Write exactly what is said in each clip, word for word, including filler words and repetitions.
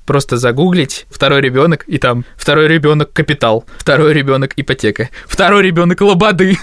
просто загуглить «второй ребенок», и там «второй ребенок капитал», «второй ребенок ипотека», «второй ребенок лободы».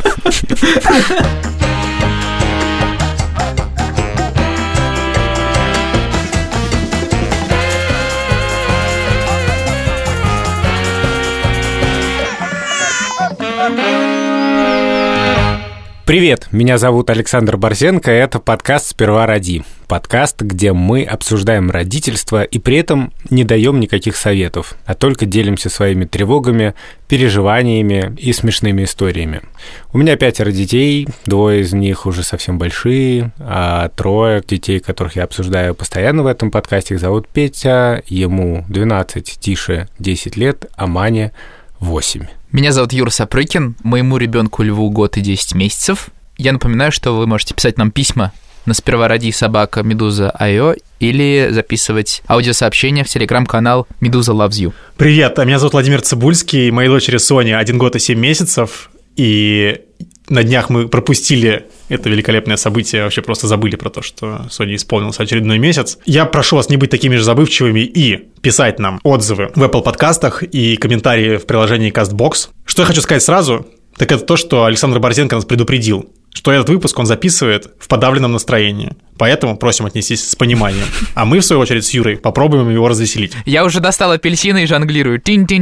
Привет, меня зовут Александр Борзенко, и это подкаст «Сперва роди». Подкаст, где мы обсуждаем родительство и при этом не даем никаких советов, а только делимся своими тревогами, переживаниями и смешными историями. У меня пятеро детей, двое из них уже совсем большие, а трое детей, которых я обсуждаю постоянно в этом подкасте, их зовут Петя, ему двенадцать, Тише десять лет, а Мане восемь. Меня зовут Юра Сапрыкин, моему ребенку Льву год и десять месяцев. Я напоминаю, что вы можете писать нам письма на сперва роди собака медуза точка ай о или записывать аудиосообщения в телеграм-канал Медуза Loves You. Привет, меня зовут Владимир Цибульский, моей дочери Соне один год и семь месяцев, и на днях мы пропустили это великолепное событие, вообще просто забыли про то, что Соне исполнился очередной месяц. Я прошу вас не быть такими же забывчивыми и писать нам отзывы в Apple подкастах и комментарии в приложении CastBox. Что я хочу сказать сразу, так это то, что Александр Борзенко нас предупредил, что этот выпуск он записывает в подавленном настроении. Поэтому просим отнестись с пониманием. А мы, в свою очередь, с Юрой попробуем его развеселить. Я уже достал апельсины и жонглирую.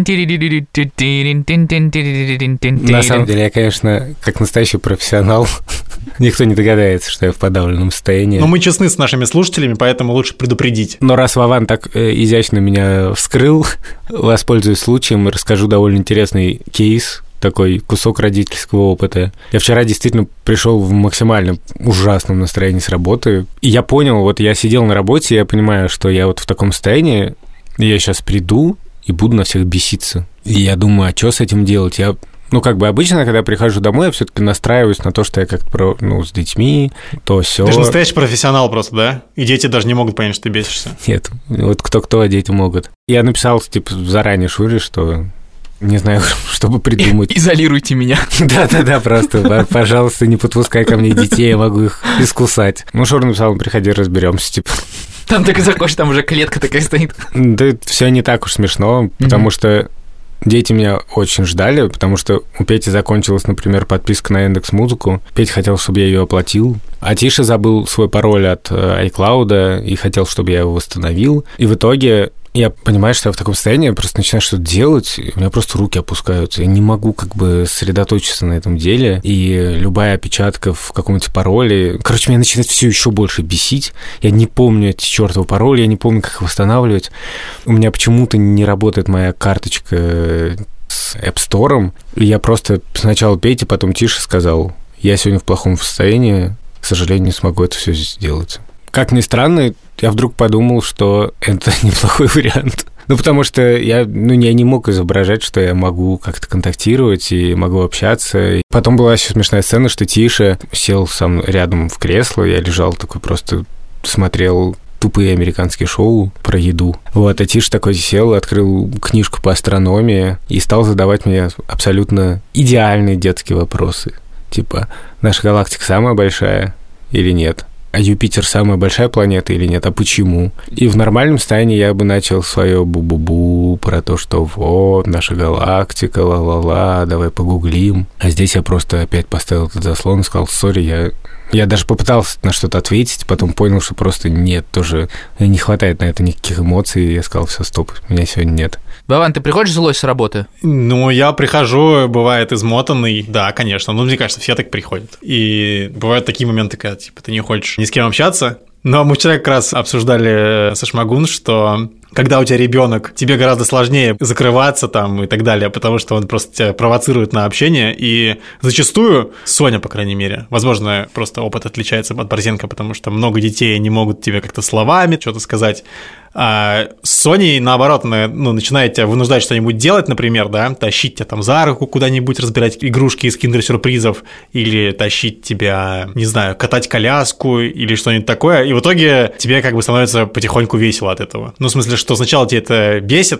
На самом деле, я, конечно, как настоящий профессионал, никто не догадается, что я в подавленном состоянии. Но мы честны с нашими слушателями, поэтому лучше предупредить. Но раз Вован так изящно меня вскрыл, воспользуюсь случаем и расскажу довольно интересный кейс, такой кусок родительского опыта. Я вчера действительно пришел в максимально ужасном настроении с работы, и я понял, вот я сидел на работе, и я понимаю, что я вот в таком состоянии, и я сейчас приду и буду на всех беситься. И я думаю, а что с этим делать? Я, ну, как бы обычно, когда я прихожу домой, я все-таки настраиваюсь на то, что я как-то, ну, с детьми, то все. Ты же настоящий профессионал просто, да? И дети даже не могут понять, что ты бесишься. Нет, вот кто-кто, а дети могут. Я написал, типа, заранее Шуре, что... Не знаю, чтобы придумать. Изолируйте меня. Да-да-да, просто, пожалуйста, не подпускай ко мне детей, я могу их искусать. Ну, Шура написал, приходи, разберемся, типа. Там так и заходишь, там уже клетка такая стоит. Да, все не так уж смешно, потому что дети меня очень ждали, потому что у Пети закончилась, например, подписка на Яндекс.Музыку. Петя хотел, чтобы я ее оплатил, а Тиша забыл свой пароль от iCloud и хотел, чтобы я его восстановил. И в итоге... Я понимаю, что я в таком состоянии, я просто начинаю что-то делать, и у меня просто руки опускаются. Я не могу как бы сосредоточиться на этом деле, и любая опечатка в каком-нибудь пароле... Короче, меня начинает все еще больше бесить. Я не помню эти чертовы пароли, я не помню, как их восстанавливать. У меня почему-то не работает моя карточка с App Store, и я просто сначала Пете, потом Тише сказал, я сегодня в плохом состоянии, к сожалению, не смогу это все сделать. Как ни странно, я вдруг подумал, что это неплохой вариант. Ну, потому что я, ну, я не мог изображать, что я могу как-то контактировать и могу общаться. И потом была еще смешная сцена, что Тиша сел сам рядом в кресло, я лежал такой просто, смотрел тупые американские шоу про еду. Вот, а Тиша такой сел, открыл книжку по астрономии и стал задавать мне абсолютно идеальные детские вопросы. Типа, наша галактика самая большая или нет? А Юпитер самая большая планета или нет? А почему? И в нормальном состоянии я бы начал свое бу-бу-бу про то, что вот, наша галактика, ла-ла-ла, давай погуглим. А здесь я просто опять поставил этот заслон и сказал, сори, я... Я даже попытался на что-то ответить, потом понял, что просто нет, тоже не хватает на это никаких эмоций, и я сказал, все, стоп, меня сегодня нет. Вован, ты приходишь злой с работы? Ну, я прихожу, бывает измотанный, да, конечно, ну, мне кажется, все так приходят. И бывают такие моменты, когда, типа, ты не хочешь ни с кем общаться. Но мы вчера как раз обсуждали со Шмагун, что когда у тебя ребенок, тебе гораздо сложнее закрываться там и так далее, потому что он просто тебя провоцирует на общение. И зачастую, Соня, по крайней мере, возможно, просто опыт отличается от Борзенко, потому что много детей не могут тебе как-то словами что-то сказать. А с Соней, наоборот, она, ну, начинает тебя вынуждать что-нибудь делать, например, да, тащить тебя там за руку куда-нибудь, разбирать игрушки из киндер-сюрпризов, или тащить тебя, не знаю, катать коляску или что-нибудь такое, и в итоге тебе как бы становится потихоньку весело от этого. Ну, в смысле, что сначала тебе это бесит,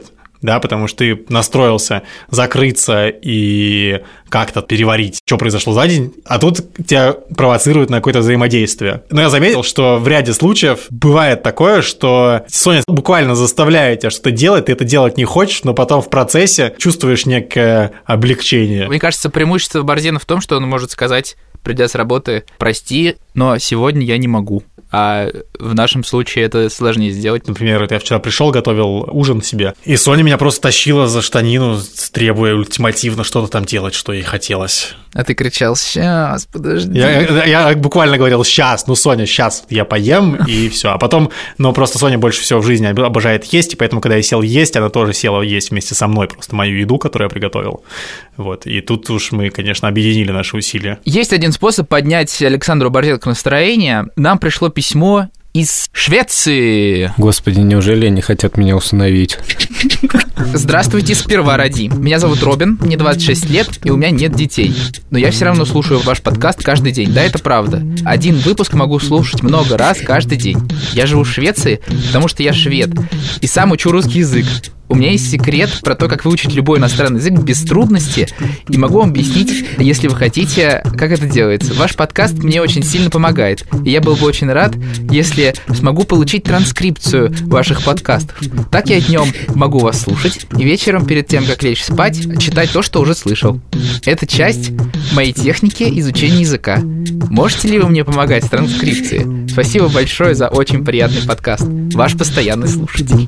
да, потому что ты настроился закрыться и как-то переварить, что произошло за день, а тут тебя провоцируют на какое-то взаимодействие. Но я заметил, что в ряде случаев бывает такое, что Соня буквально заставляет тебя что-то делать, ты это делать не хочешь, но потом в процессе чувствуешь некое облегчение. Мне кажется, преимущество Борзена в том, что он может сказать, придя с работы: прости, но сегодня я не могу. А в нашем случае это сложнее сделать. Например, я вчера пришел, готовил ужин себе, и Соня меня просто тащила за штанину, требуя ультимативно что-то там делать, что ей хотелось. А ты кричал: сейчас, подожди. Я, я, я буквально говорил: сейчас, ну, Соня, сейчас я поем, и все. А потом, ну, просто Соня больше всего в жизни обожает есть, и поэтому, когда я сел есть, она тоже села есть вместе со мной, просто мою еду, которую я приготовил. Вот, и тут уж мы, конечно, объединили наши усилия. Есть один способ поднять Александру Борзенко настроение. Нам пришло письмо из Швеции. Господи, неужели они хотят меня усыновить? Здравствуйте, сперва ради. Меня зовут Робин, мне двадцать шесть лет, и у меня нет детей. Но я все равно слушаю ваш подкаст каждый день. Да, это правда. Один выпуск могу слушать много раз каждый день. Я живу в Швеции, потому что я швед, и сам учу русский язык. У меня есть секрет про то, как выучить любой иностранный язык без трудности, и могу вам объяснить, если вы хотите, как это делается. Ваш подкаст мне очень сильно помогает, и я был бы очень рад, если смогу получить транскрипцию ваших подкастов. Так я днем могу вас слушать, и вечером, перед тем, как лечь спать, читать то, что уже слышал. Это часть моей техники изучения языка. Можете ли вы мне помогать с транскрипцией? Спасибо большое за очень приятный подкаст. Ваш постоянный слушатель.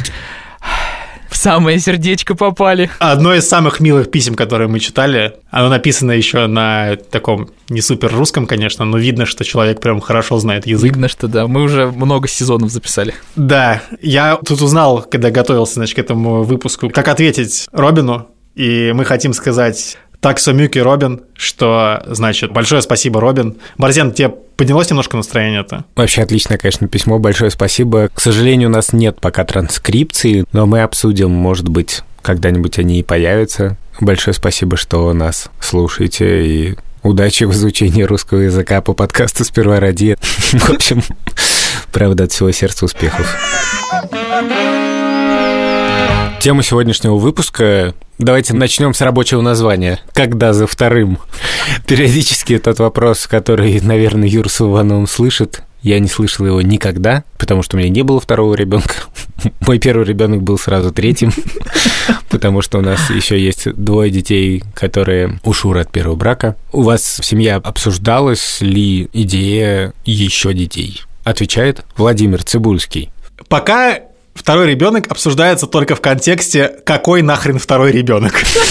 В самое сердечко попали. Одно из самых милых писем, которые мы читали, оно написано еще на таком не супер русском, конечно, но видно, что человек прям хорошо знает язык. Видно, что да, мы уже много сезонов записали. Да, я тут узнал, когда готовился, значит, к этому выпуску, как ответить Робину, и мы хотим сказать: так сомюки, Робин, что, значит, большое спасибо, Робин. Борзен, тебе поднялось немножко настроение-то? Вообще отличное, конечно, письмо, большое спасибо. К сожалению, у нас нет пока транскрипции, но мы обсудим, может быть, когда-нибудь они и появятся. Большое спасибо, что нас слушаете, и удачи в изучении русского языка по подкасту «Сперва ради». В общем, правда, от всего сердца успехов. Тема сегодняшнего выпуска. Давайте начнем с рабочего названия. Когда за вторым? Периодически тот вопрос, который, наверное, Юра с Ивановым слышит. Я не слышал его никогда, потому что у меня не было второго ребенка. Мой первый ребенок был сразу третьим, потому что у нас еще есть двое детей, которые у Шуры от первого брака. У вас в семье обсуждалась ли идея еще детей? Отвечает Владимир Цибульский. Пока второй ребенок обсуждается только в контексте «какой нахрен второй ребенок?».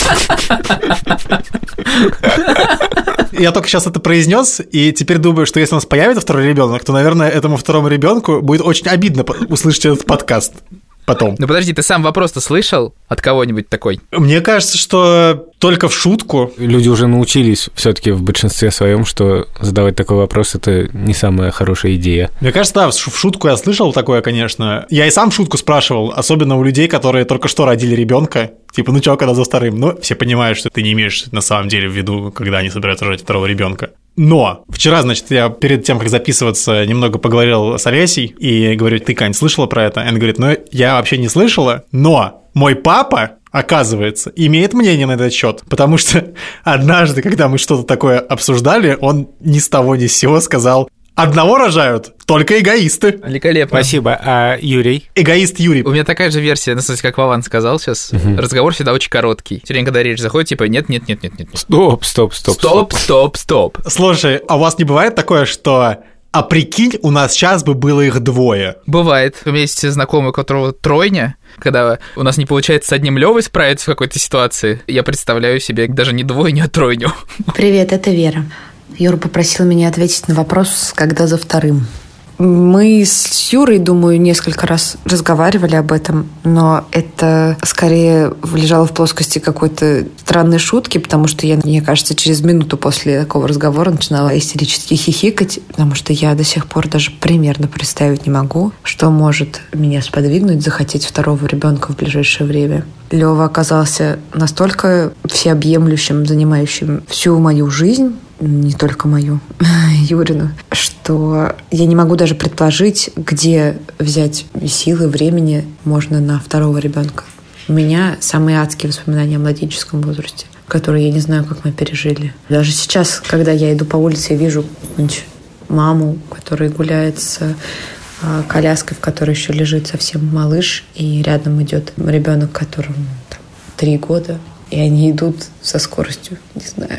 Я только сейчас это произнес, и теперь думаю, что если у нас появится второй ребенок, то, наверное, этому второму ребенку будет очень обидно услышать этот подкаст потом. Ну подожди, ты сам вопрос-то слышал от кого-нибудь такой? Мне кажется, что только в шутку. Люди уже научились все-таки в большинстве своем, что задавать такой вопрос – это не самая хорошая идея. Мне кажется, да, в шутку я слышал такое, конечно. Я и сам в шутку спрашивал, особенно у людей, которые только что родили ребенка. Типа, ну чё, когда за вторым? Ну, все понимают, что ты не имеешь на самом деле в виду, когда они собираются рожать второго ребенка. Но вчера, значит, я перед тем, как записываться, немного поговорил с Олесей и говорю: ты, Кань, слышала про это? Она говорит: ну, я вообще не слышала, но мой папа, оказывается, имеет мнение на этот счет, потому что однажды, когда мы что-то такое обсуждали, он ни с того ни с сего сказал: одного рожают только эгоисты. Великолепно. Спасибо. А Юрий? Эгоист Юрий. У меня такая же версия, на самом деле, как Вован сказал сейчас. Угу. Разговор всегда очень короткий. Все время, когда речь заходит, типа нет-нет-нет-нет-нет. Стоп, стоп, стоп. Стоп, стоп, стоп. Слушай, а у вас не бывает такое, что... А прикинь, у нас сейчас бы было их двое. Бывает. У меня есть знакомый, у которого тройня. Когда у нас не получается с одним Лёвой справиться в какой-то ситуации, я представляю себе даже не двойню, а тройню. Привет, это Вера. Юра попросил меня ответить на вопрос, когда за вторым. Мы с Юрой, думаю, несколько раз разговаривали об этом, но это скорее лежало в плоскости какой-то странной шутки, потому что я, мне кажется, через минуту после такого разговора начинала истерически хихикать, потому что я до сих пор даже примерно представить не могу, что может меня сподвигнуть захотеть второго ребенка в ближайшее время. Лёва оказался настолько всеобъемлющим, занимающим всю мою жизнь, не только мою, Юрину, что я не могу даже предположить, где взять силы, времени можно на второго ребенка. У меня самые адские воспоминания о младенческом возрасте, которые я не знаю, как мы пережили. Даже сейчас, когда я иду по улице и вижу маму, которая гуляет с коляской, в которой еще лежит совсем малыш, и рядом идет ребенок, которому там, три года, и они идут со скоростью, не знаю,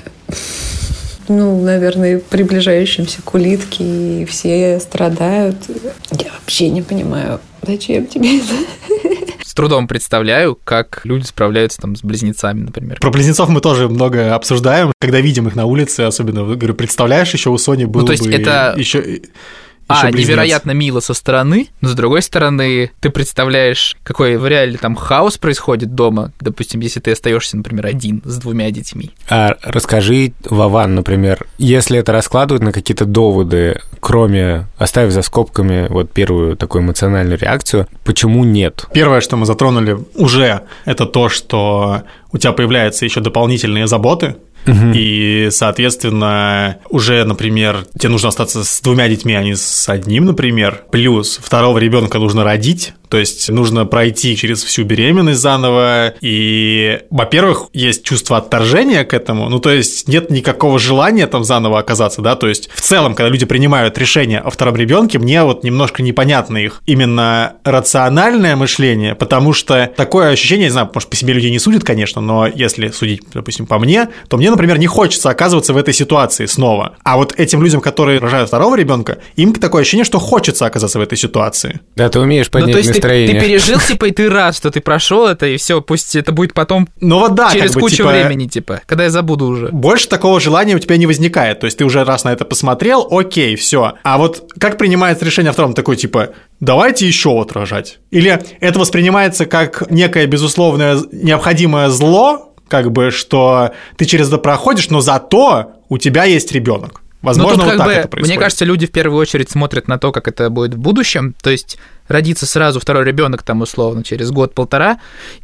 ну, наверное, приближающимся к улитке, и все страдают. Я вообще не понимаю, зачем тебе это? С трудом представляю, как люди справляются там с близнецами, например. Про близнецов мы тоже много обсуждаем, когда видим их на улице, особенно, говорю, представляешь, еще у Сони было ну, то есть бы это... еще... А, невероятно мило со стороны, но с другой стороны, ты представляешь, какой в реале там хаос происходит дома, допустим, если ты остаешься, например, один с двумя детьми. А расскажи, Вован, например, если это раскладывать на какие-то доводы, кроме, оставив за скобками вот первую такую эмоциональную реакцию, почему нет? Первое, что мы затронули уже, это то, что у тебя появляются еще дополнительные заботы, Uh-huh. И, соответственно, уже, например, тебе нужно остаться с двумя детьми, а не с одним, например. Плюс второго ребенка нужно родить, то есть нужно пройти через всю беременность заново. И, во-первых, есть чувство отторжения к этому, ну, то есть нет никакого желания там заново оказаться, да, то есть в целом, когда люди принимают решение о втором ребенке, мне вот немножко непонятно их именно рациональное мышление, потому что такое ощущение, не знаю, может, по себе людей не судят, конечно, но если судить, допустим, по мне, то мне, например, не хочется оказываться в этой ситуации снова. А вот этим людям, которые рожают второго ребенка, им такое ощущение, что хочется оказаться в этой ситуации. Да, ты умеешь поднять ну, то есть настроение. Ты, ты пережил, типа, и ты рад, что ты прошел это, и все, пусть это будет потом ну, вот да, через как бы, кучу типа, времени, типа, когда я забуду уже. Больше такого желания у тебя не возникает. То есть ты уже раз на это посмотрел, окей, все. А вот как принимается решение втором, такой, типа, давайте еще вот рожать? Или это воспринимается как некое безусловное необходимое зло, как бы, что ты через это проходишь, но зато у тебя есть ребенок. Возможно, ну, тут, вот как так бы, это происходит. Мне кажется, люди в первую очередь смотрят на то, как это будет в будущем, то есть родится сразу второй ребенок там условно через год-полтора,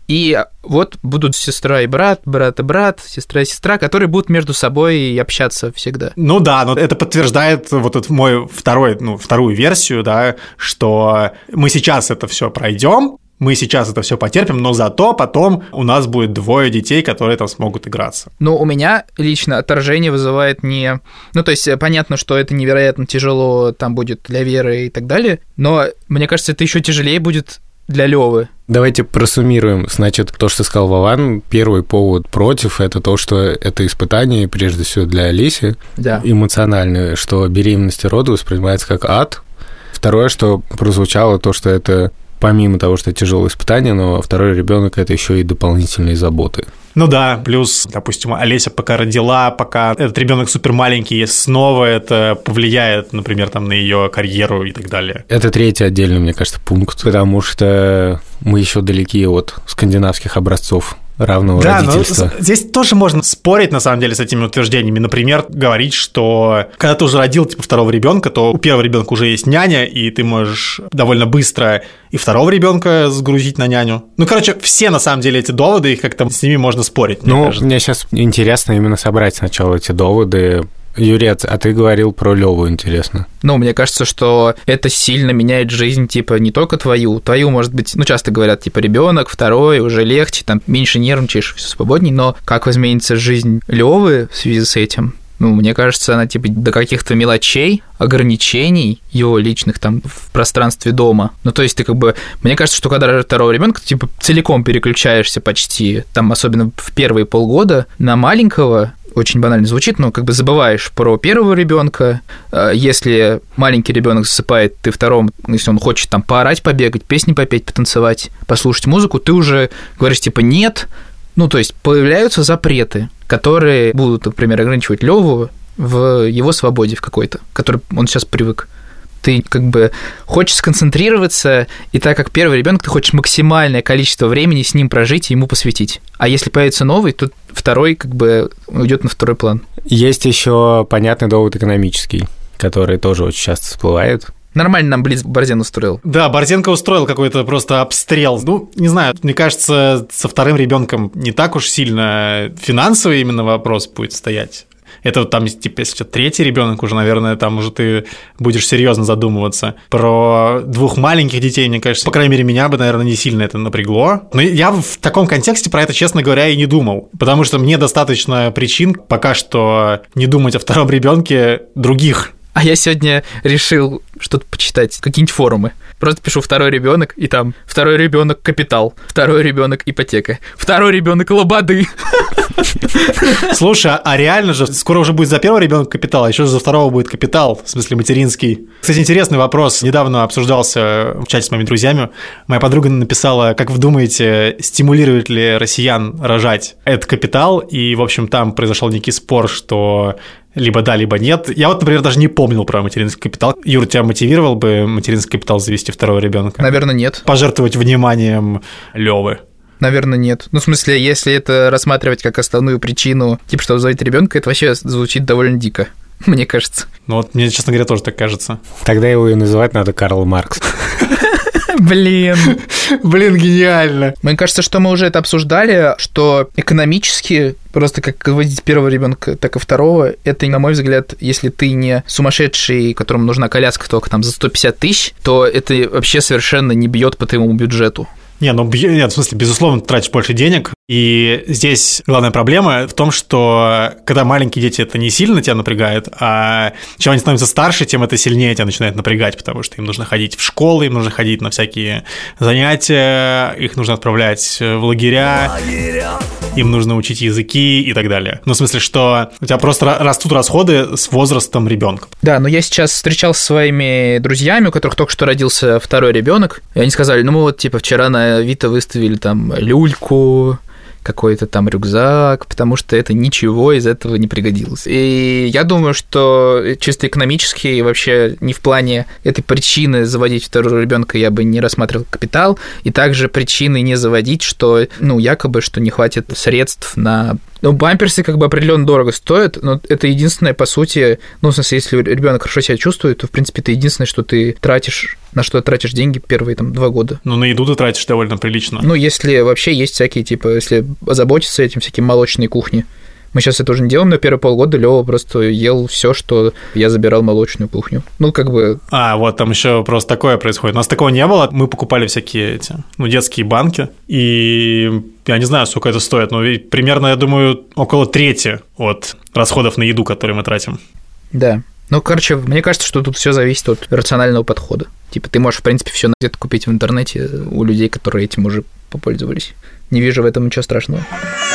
и вот будут сестра и брат, брат и брат, сестра и сестра, которые будут между собой общаться всегда. Ну да, но это подтверждает вот этот мой второй, ну, вторую версию, да, что мы сейчас это все пройдем. Мы сейчас это все потерпим, но зато потом у нас будет двое детей, которые там смогут играться. Ну, у меня лично отторжение вызывает не... Ну, то есть, понятно, что это невероятно тяжело там будет для Веры и так далее, но мне кажется, это еще тяжелее будет для Лёвы. Давайте просуммируем. Значит, то, что сказал Вован, первый повод против – это то, что это испытание, прежде всего, для Олеси, да. эмоциональное, что беременность и роды воспринимается как ад. Второе, что прозвучало, то, что это... Помимо того, что это тяжелое испытание, но второй ребенок это еще и дополнительные заботы. Ну да, плюс, допустим, Олеся пока родила, пока этот ребенок супер маленький, если снова это повлияет, например, там, на ее карьеру и так далее. Это третий отдельный, мне кажется, пункт, потому что мы еще далеки от скандинавских образцов равного да, родительства. Да, но здесь тоже можно спорить, на самом деле, с этими утверждениями. Например, говорить, что когда ты уже родил типа второго ребенка, то у первого ребенка уже есть няня, и ты можешь довольно быстро и второго ребенка сгрузить на няню. Ну, короче, все на самом деле эти доводы, их как-то с ними можно спорить. Мне ну, кажется. Мне сейчас интересно именно собрать сначала эти доводы. Юрий, а ты говорил про Лёву, интересно. Ну, мне кажется, что это сильно меняет жизнь, типа, не только твою. Твою, может быть, ну, часто говорят, типа, ребенок, второй, уже легче, там, меньше нервничаешь, все свободней, но как изменится жизнь Лёвы в связи с этим? Ну, мне кажется, она, типа, до каких-то мелочей, ограничений его личных там в пространстве дома. Ну, то есть ты как бы... Мне кажется, что когда рожаешь второго ребенка, ты, типа, целиком переключаешься почти, там, особенно в первые полгода, на маленького, очень банально звучит, но как бы забываешь про первого ребенка. Если маленький ребенок засыпает, ты второму, если он хочет там поорать, побегать, песни попеть, потанцевать, послушать музыку, ты уже говоришь типа нет. Ну, то есть появляются запреты, которые будут, например, ограничивать Лёву в его свободе в какой-то, к которой он сейчас привык. Ты как бы хочешь сконцентрироваться, и так как первый ребенок, ты хочешь максимальное количество времени с ним прожить и ему посвятить. А если появится новый, то второй как бы уйдет на второй план. Есть еще понятный довод экономический, который тоже очень часто всплывает. Нормально нам Блиц Борзен устроил. Да, Борзенко устроил какой-то просто обстрел. Ну, не знаю, мне кажется, со вторым ребенком не так уж сильно финансовый именно вопрос будет стоять. Это вот там, типа, если третий ребенок уже, наверное, там уже ты будешь серьезно задумываться. Про двух маленьких детей, мне кажется, по крайней мере, меня бы, наверное, не сильно это напрягло. Но я в таком контексте про это, честно говоря, и не думал. Потому что мне достаточно причин пока что не думать о втором ребенке других. А я сегодня решил что-то почитать, какие-нибудь форумы. Просто пишу «второй ребенок», и там «второй ребенок капитал», «второй ребенок ипотека», «второй ребенок лободы». Слушай, а реально же скоро уже будет за первого ребенка капитал, а еще за второго будет капитал, в смысле материнский. Кстати, интересный вопрос. Недавно обсуждался в чате с моими друзьями. Моя подруга написала, как вы думаете, стимулирует ли россиян рожать этот капитал? И, в общем, там произошел некий спор, что либо да, либо нет. Я вот, например, даже не помнил про материнский капитал. Юр, тебя мотивировал бы материнский капитал завести второго ребенка? Наверное, нет. Пожертвовать вниманием Лёвы? Наверное, нет. Ну, в смысле, если это рассматривать как основную причину, типа, чтобы заводить ребенка, это вообще звучит довольно дико, мне кажется. Ну, вот мне, честно говоря, тоже так кажется. Тогда его и называть надо Карл Маркс. Блин. Блин, гениально. Мне кажется, что мы уже это обсуждали, что экономически просто как водить первого ребенка, так и второго, это, на мой взгляд, если ты не сумасшедший, которому нужна коляска только там за сто пятьдесят тысяч, то это вообще совершенно не бьет по твоему бюджету. Не, ну, нет, в смысле, безусловно, ты тратишь больше денег, и здесь главная проблема в том, что когда маленькие дети, это не сильно тебя напрягает, а чем они становятся старше, тем это сильнее тебя начинает напрягать, потому что им нужно ходить в школы, им нужно ходить на всякие занятия, их нужно отправлять в лагеря, им нужно учить языки и так далее. Ну, в смысле, что у тебя просто растут расходы с возрастом ребенка. Да, но я сейчас встречался со своими друзьями, у которых только что родился второй ребенок, и они сказали, ну, мы вот, типа, вчера на Авито выставили там люльку, какой-то там рюкзак, потому что это ничего из этого не пригодилось. И я думаю, что чисто экономически и вообще не в плане этой причины заводить второго ребенка я бы не рассматривал капитал, и также причины не заводить, что, ну, якобы, что не хватит средств на... Ну, памперсы как бы определенно дорого стоят, но это единственное, по сути, ну, в смысле, если ребенок хорошо себя чувствует, то, в принципе, это единственное, что ты тратишь, на что тратишь деньги первые, там, два года. Ну, на еду ты тратишь довольно прилично. Ну, если вообще есть всякие, типа, если озаботиться этим, всякие молочные кухни. Мы сейчас это уже не делаем, но первые полгода Лёва просто ел все, что я забирал молочную кухню. Ну, как бы... А, вот там еще просто такое происходит. У нас такого не было. Мы покупали всякие эти, ну, детские банки, и я не знаю, сколько это стоит, но примерно, я думаю, около трети от расходов на еду, которые мы тратим. Да. Ну, короче, мне кажется, что тут все зависит от рационального подхода. Типа, ты можешь, в принципе, все где-то купить в интернете у людей, которые этим уже попользовались. Не вижу в этом ничего страшного.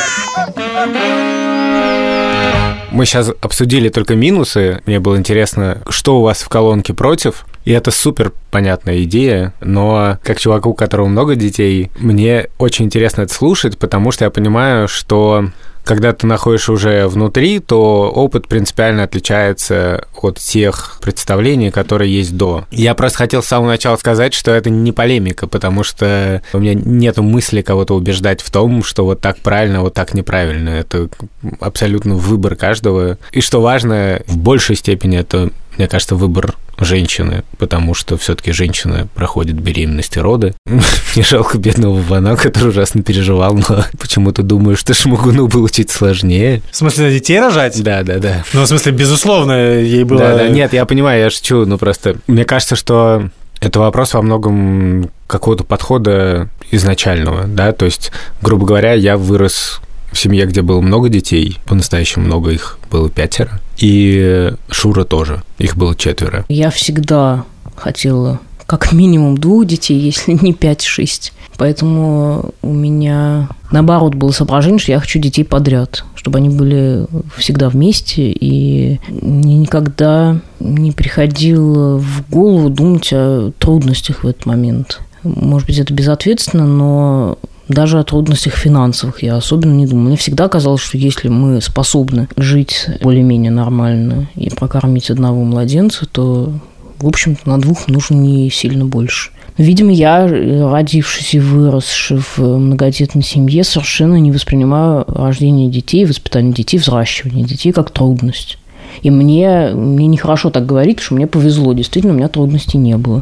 Мы сейчас обсудили только минусы. Мне было интересно, что у вас в колонке против. И это супер понятная идея, но как чуваку, у которого много детей, мне очень интересно это слушать, потому что я понимаю, что когда ты находишься уже внутри, то опыт принципиально отличается от тех представлений, которые есть до. Я просто хотел с самого начала сказать, что это не полемика, потому что у меня нет мысли кого-то убеждать в том, что вот так правильно, вот так неправильно. Это абсолютно выбор каждого. И что важно, в большей степени это, мне кажется, выбор женщины, потому что все-таки женщина проходит беременность и роды. Мне жалко бедного Вана, который ужасно переживал, но почему-то думаю, что Шмугуну было чуть сложнее. В смысле, детей рожать? Да, да, да. Ну, в смысле, безусловно, ей было... Да, да, нет, я понимаю, я шучу, но просто мне кажется, что это вопрос во многом какого-то подхода изначального, да, то есть, грубо говоря, я вырос в семье, где было много детей, по-настоящему много, их было пятеро, и Шура тоже, их было четверо. Я всегда хотела как минимум двух детей, если не пять-шесть. Поэтому у меня, наоборот, было соображение, что я хочу детей подряд, чтобы они были всегда вместе, и мне никогда не приходило в голову думать о трудностях в этот момент. Может быть, это безответственно, но даже о трудностях финансовых я особенно не думаю. Мне всегда казалось, что если мы способны жить более-менее нормально и прокормить одного младенца, то, в общем-то, на двух нужно не сильно больше. Видимо, я, родившись и выросший в многодетной семье, совершенно не воспринимаю рождение детей, воспитание детей, взращивание детей как трудность. И мне, мне нехорошо так говорить, что мне повезло. Действительно, у меня трудностей не было.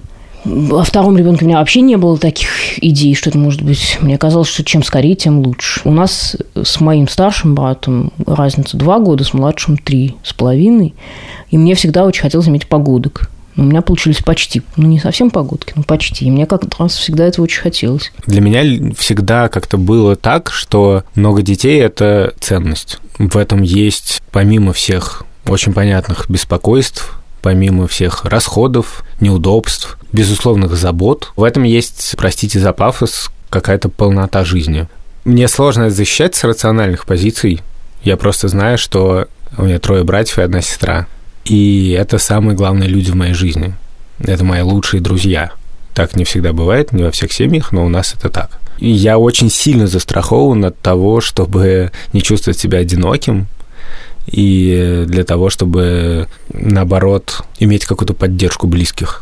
О втором ребенке у меня вообще не было таких идей, что это может быть. Мне казалось, что чем скорее, тем лучше. У нас с моим старшим братом разница два года, с младшим три с половиной. И мне всегда очень хотелось иметь погодок. У меня получились почти, ну не совсем погодки, но почти. И мне как-то раз всегда этого очень хотелось. Для меня всегда как-то было так, что много детей – это ценность. В этом есть, помимо всех очень понятных беспокойств, помимо всех расходов, неудобств, безусловных забот, в этом есть, простите за пафос, какая-то полнота жизни. Мне сложно это защищать с рациональных позиций. Я просто знаю, что у меня трое братьев и одна сестра. И это самые главные люди в моей жизни. Это мои лучшие друзья. Так не всегда бывает, не во всех семьях, но у нас это так. И я очень сильно застрахован от того, чтобы не чувствовать себя одиноким, и для того, чтобы, наоборот, иметь какую-то поддержку близких.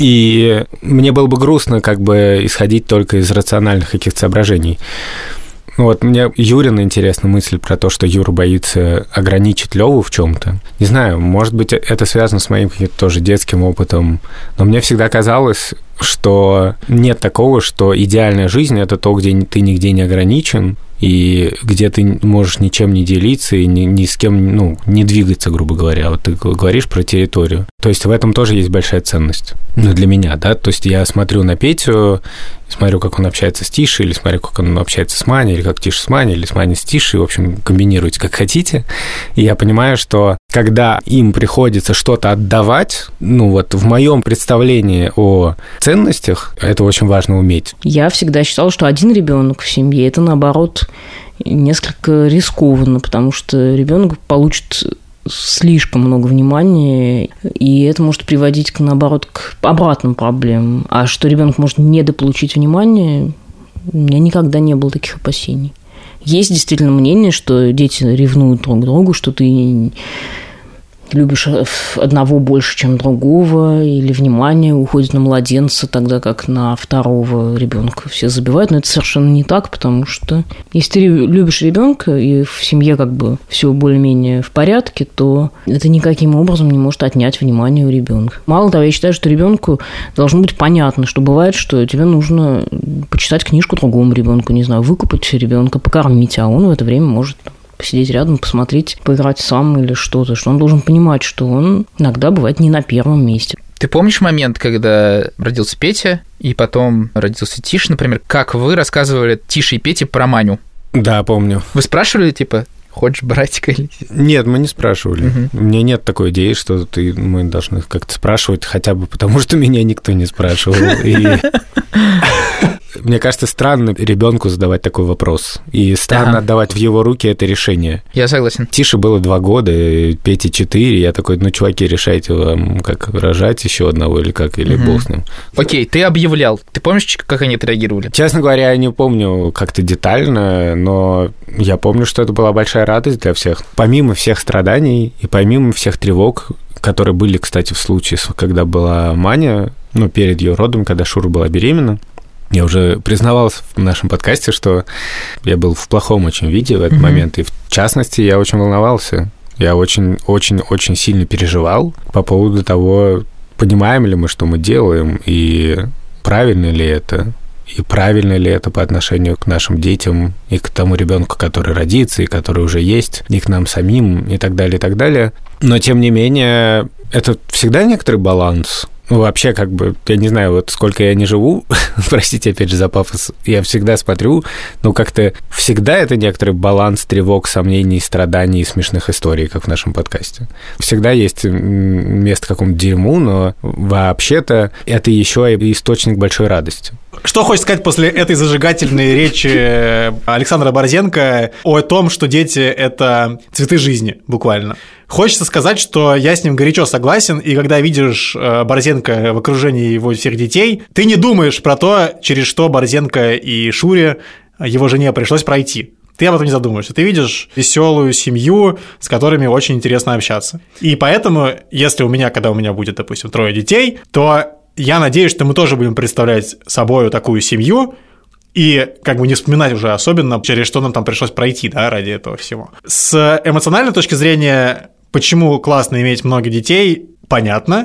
И мне было бы грустно как бы исходить только из рациональных каких-то соображений. Ну вот мне Юрина интересна мысль про то, что Юра боится ограничить Лёву в чем-то. Не знаю, может быть, это связано с моим каким-то тоже детским опытом, но мне всегда казалось, что нет такого, что идеальная жизнь – это то, где ты нигде не ограничен, и где ты можешь ничем не делиться и ни, ни с кем, ну, не двигаться, грубо говоря. Вот ты говоришь про территорию. То есть в этом тоже есть большая ценность. Ну, для меня, да. То есть я смотрю на Петю, смотрю, как он общается с Тишей, или смотрю, как он общается с Маней, или как Тиша с Маней, или с Маней с Тишей. В общем, комбинируйте, как хотите. И я понимаю, что когда им приходится что-то отдавать, ну, вот в моем представлении о ценностях, это очень важно уметь. Я всегда считала, что один ребенок в семье – это, наоборот, несколько рискованно, потому что ребенок получит слишком много внимания, и это может приводить, к, наоборот, к обратным проблемам. А что ребенок может недополучить внимание, у меня никогда не было таких опасений. Есть действительно мнение, что дети ревнуют друг к другу, что ты любишь одного больше, чем другого, или внимание уходит на младенца, тогда как на второго ребенка все забивают. Но это совершенно не так, потому что если ты любишь ребенка и в семье как бы все более-менее в порядке, то это никаким образом не может отнять внимание у ребенка. Мало того, я считаю, что ребенку должно быть понятно, что бывает, что тебе нужно почитать книжку другому ребенку, не знаю, выкупать ребенка, покормить, а он в это время может посидеть рядом, посмотреть, поиграть сам или что-то, что он должен понимать, что он иногда бывает не на первом месте. Ты помнишь момент, когда родился Петя, и потом родился Тиша, например, как вы рассказывали Тише и Пете про Маню? Да, помню. Вы спрашивали, типа, хочешь братика или... Нет, мы не спрашивали. Угу. У меня нет такой идеи, что ты, мы должны как-то спрашивать, хотя бы потому, что меня никто не спрашивал. Мне кажется, странно ребенку задавать такой вопрос. И странно ага. отдавать в его руки это решение. Я согласен. Тише было два года, Пете четыре. Я такой, ну, чуваки, решайте вам, как рожать еще одного или как, или угу. бог с ним. Окей, ты объявлял. Ты помнишь, как они отреагировали? Честно говоря, я не помню как-то детально, но я помню, что это была большая радость для всех. Помимо всех страданий и помимо всех тревог, которые были, кстати, в случае, когда была Маня, ну, перед ее родом, когда Шура была беременна. Я уже признавался в нашем подкасте, что я был в плохом очень виде в этот mm-hmm. момент, и в частности я очень волновался. Я очень-очень-очень сильно переживал по поводу того, понимаем ли мы, что мы делаем, и правильно ли это, и правильно ли это по отношению к нашим детям, и к тому ребенку, который родится, и который уже есть, и к нам самим, и так далее, и так далее. Но, тем не менее, это всегда некоторый баланс. Ну, вообще, как бы, я не знаю, вот сколько я не живу, простите, опять же, за пафос, я всегда смотрю, ну, как-то всегда это некоторый баланс тревог, сомнений, страданий и смешных историй, как в нашем подкасте. Всегда есть место какому-то дерьму, но вообще-то это еще и источник большой радости. Что хочешь сказать после этой зажигательной речи Александра Борзенко о том, что дети – это цветы жизни, буквально? Хочется сказать, что я с ним горячо согласен, и когда видишь Борзенко в окружении его всех детей, ты не думаешь про то, через что Борзенко и Шуре, его жене, пришлось пройти. Ты об этом не задумываешься. Ты видишь веселую семью, с которыми очень интересно общаться. И поэтому, если у меня, когда у меня будет, допустим, трое детей, то я надеюсь, что мы тоже будем представлять собой такую семью, и как бы не вспоминать уже особенно, через что нам там пришлось пройти, да, ради этого всего. С эмоциональной точки зрения, почему классно иметь много детей, понятно.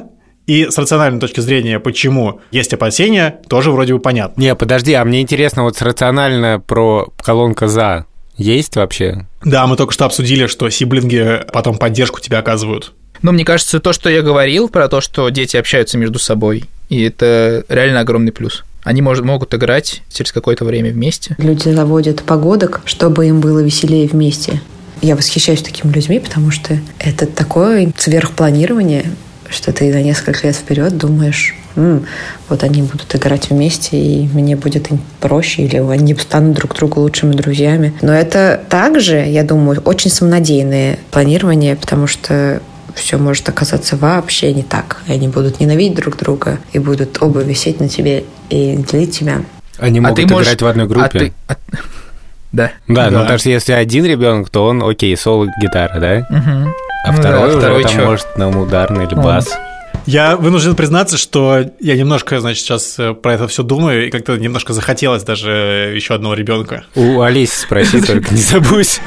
И с рациональной точки зрения, почему есть опасения, тоже вроде бы понятно. Не, подожди, а мне интересно, вот с рационально про колонка «за» есть вообще? Да, мы только что обсудили, что сиблинги потом поддержку тебе оказывают. Но мне кажется, то, что я говорил про то, что дети общаются между собой, и это реально огромный плюс. Они может, могут играть через какое-то время вместе. Люди заводят погодок, чтобы им было веселее вместе. Я восхищаюсь такими людьми, потому что это такое сверхпланирование, что ты на несколько лет вперед думаешь, М, вот они будут играть вместе, и мне будет им проще, или они станут друг другу лучшими друзьями. Но это также, я думаю, очень самонадеянное планирование, потому что все может оказаться вообще не так. И они будут ненавидеть друг друга, и будут оба висеть на тебе и делить тебя. Они могут а ты играть можешь... в одной группе. А ты... а... Да. Да, Да. но даже если один ребенок, то он, окей, соло-гитара, да? Угу. А Ну второй да, уже второй там чё? может на ударный или Он. бас. Я вынужден признаться, что я немножко, значит, сейчас про это все думаю, и как-то немножко захотелось даже еще одного ребенка. У Алисы спроси, только не забудь.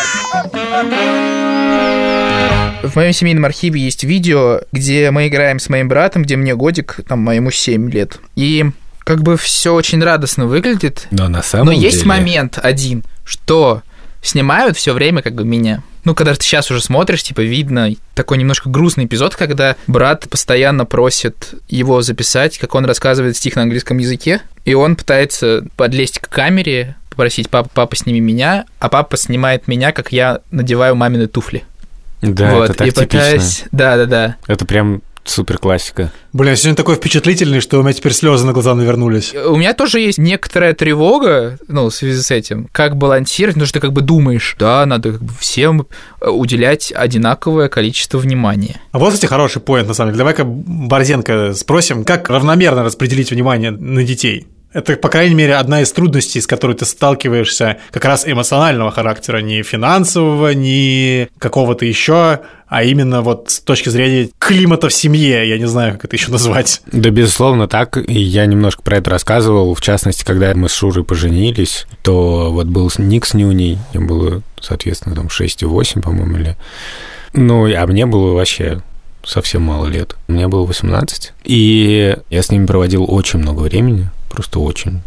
В моем семейном архиве есть видео, где мы играем с моим братом, где мне годик, там, моему семь лет. И как бы все очень радостно выглядит. Но на самом Но деле... есть момент один, что снимают все время как бы меня. Ну, когда ты сейчас уже смотришь, типа, видно такой немножко грустный эпизод, когда брат постоянно просит его записать, как он рассказывает стих на английском языке, и он пытается подлезть к камере, попросить: папа, папа, сними меня, а папа снимает меня, как я надеваю мамины туфли. Да, вот, это так и пытаясь... типично. Да-да-да. Это прям супер классика. Блин, я сегодня такой впечатлительный, что у меня теперь слезы на глаза навернулись. У меня тоже есть некоторая тревога, ну, в связи с этим, как балансировать, потому что ты как бы думаешь, да, надо как бы всем уделять одинаковое количество внимания. А вот, кстати, хороший поинт, на самом деле. Давай-ка Борзенко спросим, как равномерно распределить внимание на детей? Это, по крайней мере, одна из трудностей, с которой ты сталкиваешься как раз эмоционального характера, не финансового, не какого-то еще, а именно вот с точки зрения климата в семье, я не знаю, как это еще назвать. Да, безусловно, так. И я немножко про это рассказывал. В частности, когда мы с Шурой поженились, то вот был Ник с Нюней, им было, соответственно, там шесть и восемь, по-моему, или... Ну, а мне было вообще совсем мало лет. Мне было восемнадцать. И я с ними проводил очень много времени, просто очень.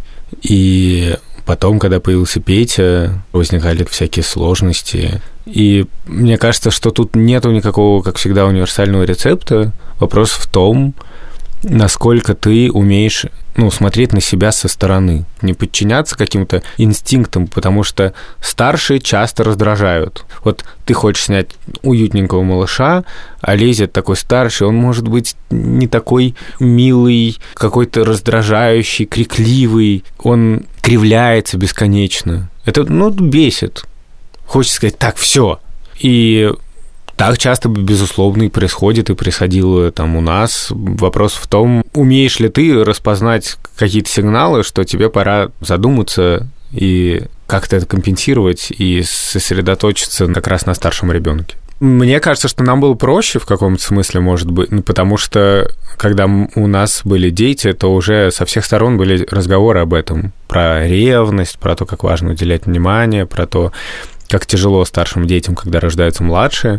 И потом, когда появился Петя, возникали всякие сложности. И мне кажется, что тут нету никакого, как всегда, универсального рецепта. Вопрос в том, насколько ты умеешь, ну, смотреть на себя со стороны, не подчиняться каким-то инстинктам, потому что старшие часто раздражают. Вот ты хочешь снять уютненького малыша, а лезет такой старший, он может быть не такой милый, какой-то раздражающий, крикливый, он кривляется бесконечно. Это, ну, бесит. Хочется сказать: так, все. И так часто, безусловно, и происходит, и происходило там у нас. Вопрос в том, умеешь ли ты распознать какие-то сигналы, что тебе пора задуматься и как-то это компенсировать и сосредоточиться как раз на старшем ребенке. Мне кажется, что нам было проще в каком-то смысле, может быть, ну, потому что когда у нас были дети, то уже со всех сторон были разговоры об этом. Про ревность, про то, как важно уделять внимание, про то, как тяжело старшим детям, когда рождаются младшие.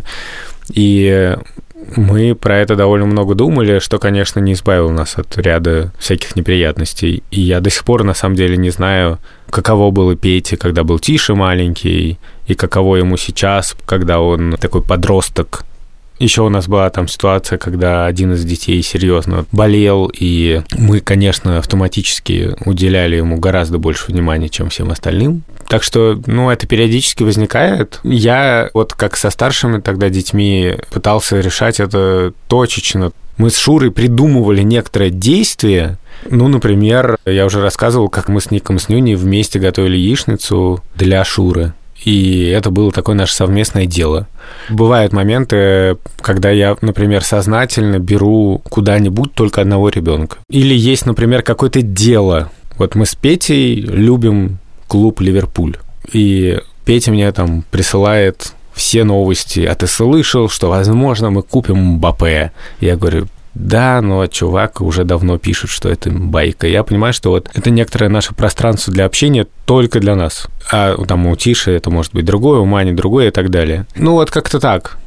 И мы про это довольно много думали, что, конечно, не избавило нас от ряда всяких неприятностей. И я до сих пор, на самом деле, не знаю, каково было Пете, когда был Тиша маленький, и каково ему сейчас, когда он такой подросток. Еще у нас была там ситуация, когда один из детей серьезно болел, и мы, конечно, автоматически уделяли ему гораздо больше внимания, чем всем остальным. Так что, ну, это периодически возникает. Я вот как со старшими тогда детьми пытался решать это точечно. Мы с Шурой придумывали некоторое действие. Ну, например, я уже рассказывал, как мы с Ником с Нюней вместе готовили яичницу для Шуры. И это было такое наше совместное дело. Бывают моменты, когда я, например, сознательно беру куда-нибудь только одного ребенка. Или есть, например, какое-то дело. Вот мы с Петей любим клуб «Ливерпуль». И Петя мне там присылает все новости. А ты слышал, что, возможно, мы купим Мбаппе? Я говорю: да, но чувак уже давно пишет, что это байка. Я понимаю, что вот это некоторое наше пространство для общения только для нас. А там у Тиши это может быть другое, у Мани другое и так далее. Ну вот как-то так.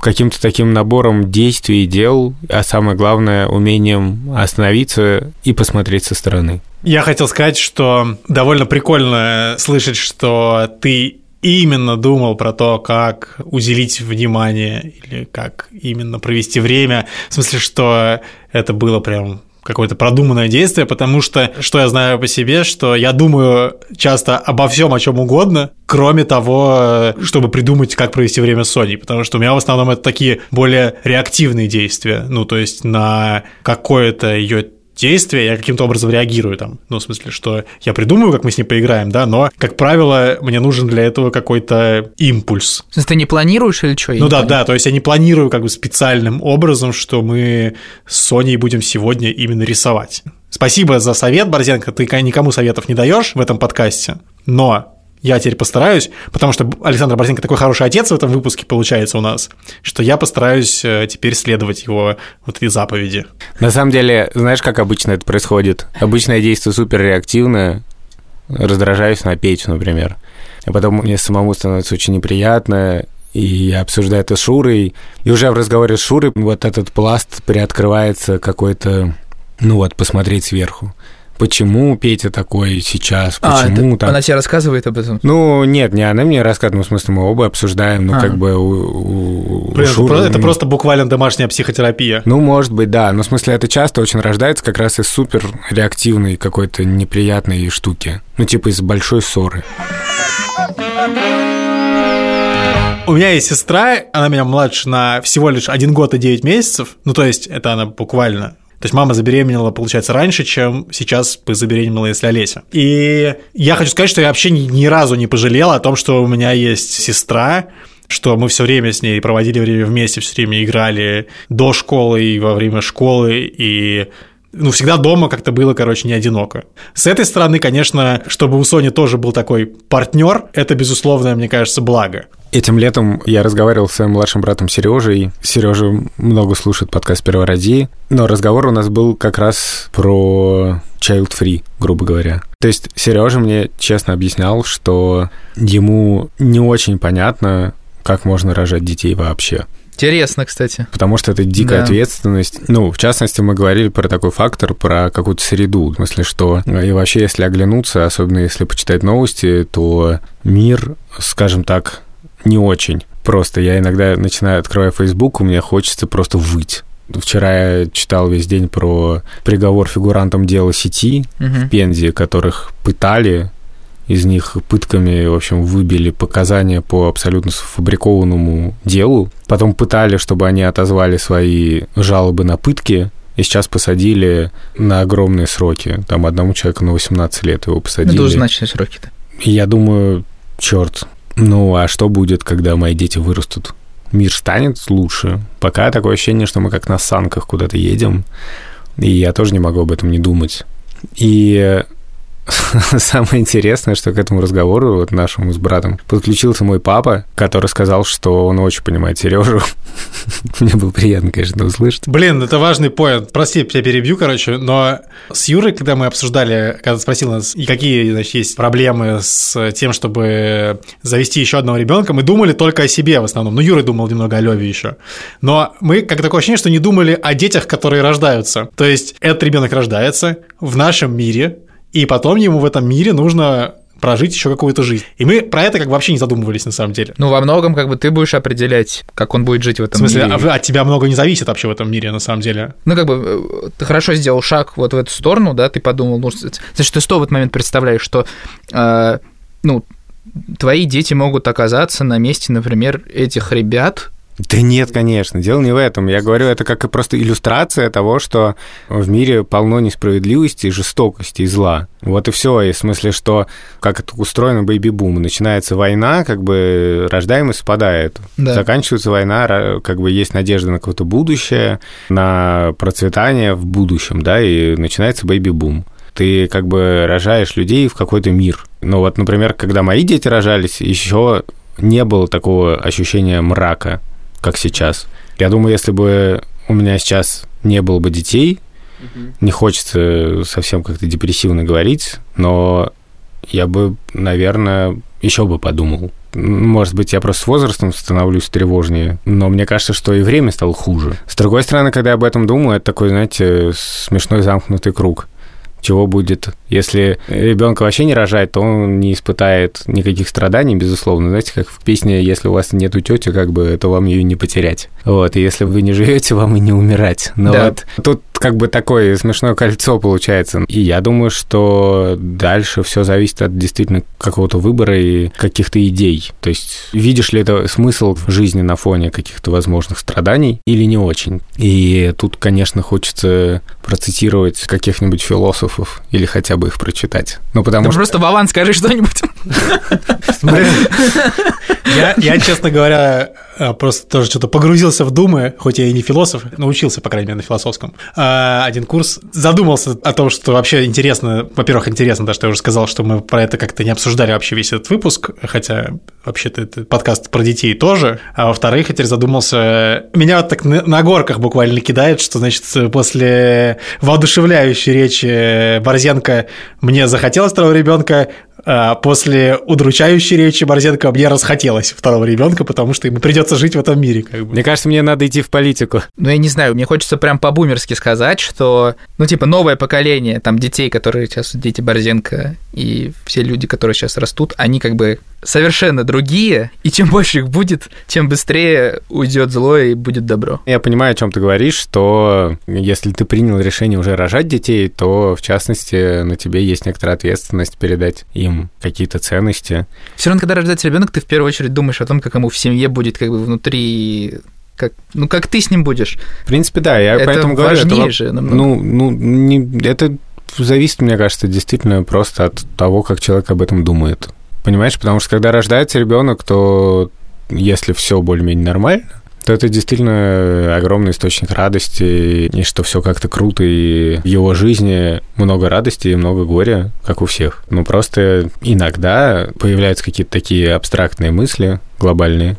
каким-то таким набором действий и дел, а самое главное, умением остановиться и посмотреть со стороны. Я хотел сказать, что довольно прикольно слышать, что ты именно думал про то, как уделить внимание или как именно провести время. В смысле, что это было прям какое-то продуманное действие, потому что, что я знаю по себе, что я думаю часто обо всем, о чем угодно, кроме того, чтобы придумать, как провести время с Соней, потому что у меня в основном это такие более реактивные действия, ну, то есть на какое-то ее действие я каким-то образом реагирую там, ну, в смысле, что я придумаю, как мы с ней поиграем, да, но, как правило, мне нужен для этого какой-то импульс. В смысле, ты не планируешь или что? Ну да, да, то есть я не планирую как бы специальным образом, что мы с Соней будем сегодня именно рисовать. Спасибо за совет, Борзенко, ты никому советов не даешь в этом подкасте, но я теперь постараюсь, потому что Александр Борзенко такой хороший отец в этом выпуске получается у нас, что я постараюсь теперь следовать его вот этой заповеди. На самом деле, знаешь, как обычно это происходит? Обычно я действую суперреактивно, раздражаюсь на Петю, например, а потом мне самому становится очень неприятно, и я обсуждаю это с Шурой, и уже в разговоре с Шурой вот этот пласт приоткрывается какой-то, ну вот, посмотреть сверху. Почему Петя такой сейчас, почему а, там... Она тебе рассказывает об этом? Ну, нет, не она мне рассказывает, ну, в смысле, мы оба обсуждаем, ну, а. как бы у, у, Блин, у Шуры... Это, это просто буквально домашняя психотерапия. Ну, может быть, да, но в смысле это часто очень рождается как раз из супер реактивной какой-то неприятной штуки, ну, типа из большой ссоры. У меня есть сестра, она меня младше на всего лишь один год и девять месяцев, ну, то есть это она буквально... То есть мама забеременела, получается, раньше, чем сейчас бы забеременела, если Олеся. И я хочу сказать, что я вообще ни, ни разу не пожалел о том, что у меня есть сестра, что мы все время с ней проводили время вместе, все время играли до школы и во время школы, и... Ну, всегда дома как-то было, короче, не одиноко. С этой стороны, конечно, чтобы у Сони тоже был такой партнер, это, безусловно, мне кажется, благо. Этим летом я разговаривал с своим младшим братом Сережей. Сережа много слушает подкаст «Сперва роди», но разговор у нас был как раз про child-free, грубо говоря. То есть Сережа мне честно объяснял, что ему не очень понятно, как можно рожать детей вообще. Интересно, кстати. Потому что это дикая да. ответственность. Ну, в частности, мы говорили про такой фактор, про какую-то среду. В смысле, что и вообще, если оглянуться, особенно если почитать новости, то мир, скажем так, не очень. Просто я иногда начинаю, открывая Facebook, у меня хочется просто выть. Вчера я читал весь день про приговор фигурантам дела сети угу. в Пензе, которых пытали. Из них пытками, в общем, выбили показания по абсолютно сфабрикованному делу. Потом пытали, чтобы они отозвали свои жалобы на пытки. И сейчас посадили на огромные сроки. Там одному человеку на восемнадцать лет его посадили. Это значные сроки-то. И я думаю, черт, ну а что будет, когда мои дети вырастут? Мир станет лучше? Пока такое ощущение, что мы как на санках куда-то едем. И я тоже не могу об этом не думать. И... Самое интересное, что к этому разговору, вот нашему с братом, подключился мой папа, который сказал, что он очень понимает Сережу. Мне было приятно, конечно, услышать. Блин, это важный поинт. Прости, я перебью, короче, но с Юрой, когда мы обсуждали, когда спросил нас, и какие, значит, есть проблемы с тем, чтобы завести еще одного ребенка, мы думали только о себе в основном. Ну, Юра думал немного о Леве еще. Но мы, как такое ощущение, что не думали о детях, которые рождаются. То есть этот ребенок рождается в нашем мире, и потом ему в этом мире нужно прожить еще какую-то жизнь. И мы про это как бы вообще не задумывались на самом деле. Ну, во многом как бы ты будешь определять, как он будет жить в этом мире. В смысле, мире. От тебя много не зависит вообще в этом мире на самом деле. Ну, как бы ты хорошо сделал шаг вот в эту сторону, да, ты подумал, ну, значит, ты что в этот момент представляешь, что, э, ну, твои дети могут оказаться на месте, например, этих ребят. Да нет, конечно, дело не в этом. Я говорю, это как и просто иллюстрация того, что в мире полно несправедливости, жестокости и зла. Вот и все. И в смысле, что как это устроено бэйби-бум. Начинается война, как бы рождаемость спадает. Да. Заканчивается война, как бы есть надежда на какое-то будущее, на процветание в будущем, да, и начинается бэйби-бум. Ты как бы рожаешь людей в какой-то мир. Ну вот, например, когда мои дети рожались, еще не было такого ощущения мрака, как сейчас. Я думаю, если бы у меня сейчас не было бы детей, uh-huh. не хочется совсем как-то депрессивно говорить, но я бы, наверное, еще бы подумал. Может быть, я просто с возрастом становлюсь тревожнее, но мне кажется, что и время стало хуже. С другой стороны, когда я об этом думаю, это такой, знаете, смешной замкнутый круг. Чего будет, если ребенка вообще не рожать, то он не испытает никаких страданий, безусловно. Знаете, как в песне «Если у вас нету тети, как бы, то вам ее не потерять». Вот, и если вы не живете, вам и не умирать. Но да. вот тут как бы такое смешное кольцо получается. И я думаю, что дальше все зависит от действительно какого-то выбора и каких-то идей. То есть видишь ли это смысл в жизни на фоне каких-то возможных страданий или не очень. И тут, конечно, хочется процитировать каких-нибудь философов или хотя бы их прочитать. Ну, потому да что... просто, Вован, скажи что-нибудь. Я, я, честно говоря, просто тоже что-то погрузился в думы, хоть я и не философ, научился, по крайней мере, на философском. Один курс, задумался о том, что вообще интересно, во-первых, интересно, да, что я уже сказал, что мы про это как-то не обсуждали вообще весь этот выпуск, хотя вообще-то это подкаст про детей тоже, а во-вторых, я теперь задумался, меня вот так на, на горках буквально кидает, что, значит, после воодушевляющей речи Борзенко мне захотелось второго ребенка, а после удручающей речи Борзенко мне расхотелось второго ребенка, потому что ему придется жить в этом мире. Как бы. Мне кажется, мне надо идти в политику. Ну, я не знаю, мне хочется прям по-бумерски сказать, что, ну, типа, новое поколение, там, детей, которые сейчас, дети Борзенко, и все люди, которые сейчас растут, они как бы совершенно другие, и чем больше их будет, тем быстрее уйдет зло и будет добро. Я понимаю, о чем ты говоришь, что если ты принял решение уже рожать детей, то, в частности, на тебе есть некоторая ответственность передать им какие-то ценности. Все равно, когда рождается ребенок, ты в первую очередь думаешь о том, как ему в семье будет как бы внутри, как, ну, как ты с ним будешь. В принципе, да, я это поэтому говорю, важнее это, же намного. Ну, ну не, это зависит, мне кажется, действительно просто от того, как человек об этом думает. Понимаешь, потому что когда рождается ребенок, то если все более-менее нормально, то это действительно огромный источник радости, и что все как-то круто, и в его жизни много радости и много горя, как у всех. Но просто иногда появляются какие-то такие абстрактные мысли глобальные,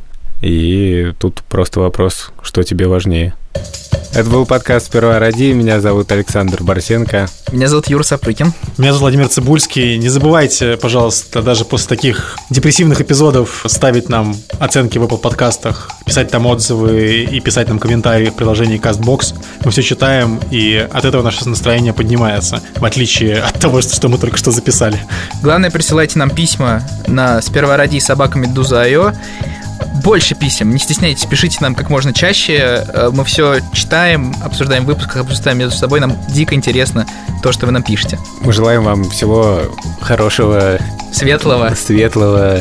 и тут просто вопрос, что тебе важнее. Это был подкаст «Сперва роди». Меня зовут Александр Борзенко. Меня зовут Юра Сапрыкин. Меня зовут Владимир Цибульский. Не забывайте, пожалуйста, даже после таких депрессивных эпизодов ставить нам оценки в Apple подкастах, писать там отзывы и писать нам комментарии в приложении CastBox. Мы все читаем, и от этого наше настроение поднимается, в отличие от того, что мы только что записали. Главное, присылайте нам письма на сперва роди собака медуза точка ай о. Больше писем, не стесняйтесь, пишите нам как можно чаще. Мы все читаем, обсуждаем в выпусках, обсуждаем между собой. Нам дико интересно то, что вы нам пишете. Мы желаем вам всего хорошего, светлого, светлого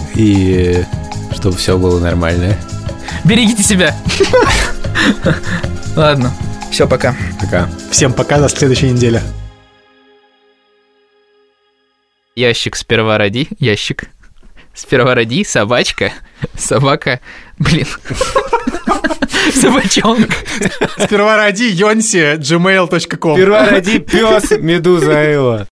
и чтобы все было нормально. Берегите себя. Ладно, все, пока. Пока. Всем пока, до следующей недели. Ящик сперва роди, ящик. Сперва роди, собачка, собака, блин, собачонка. Сперва роди, Йонси, джимейл точка ком. Сперва роди, пес, медуза, Айла.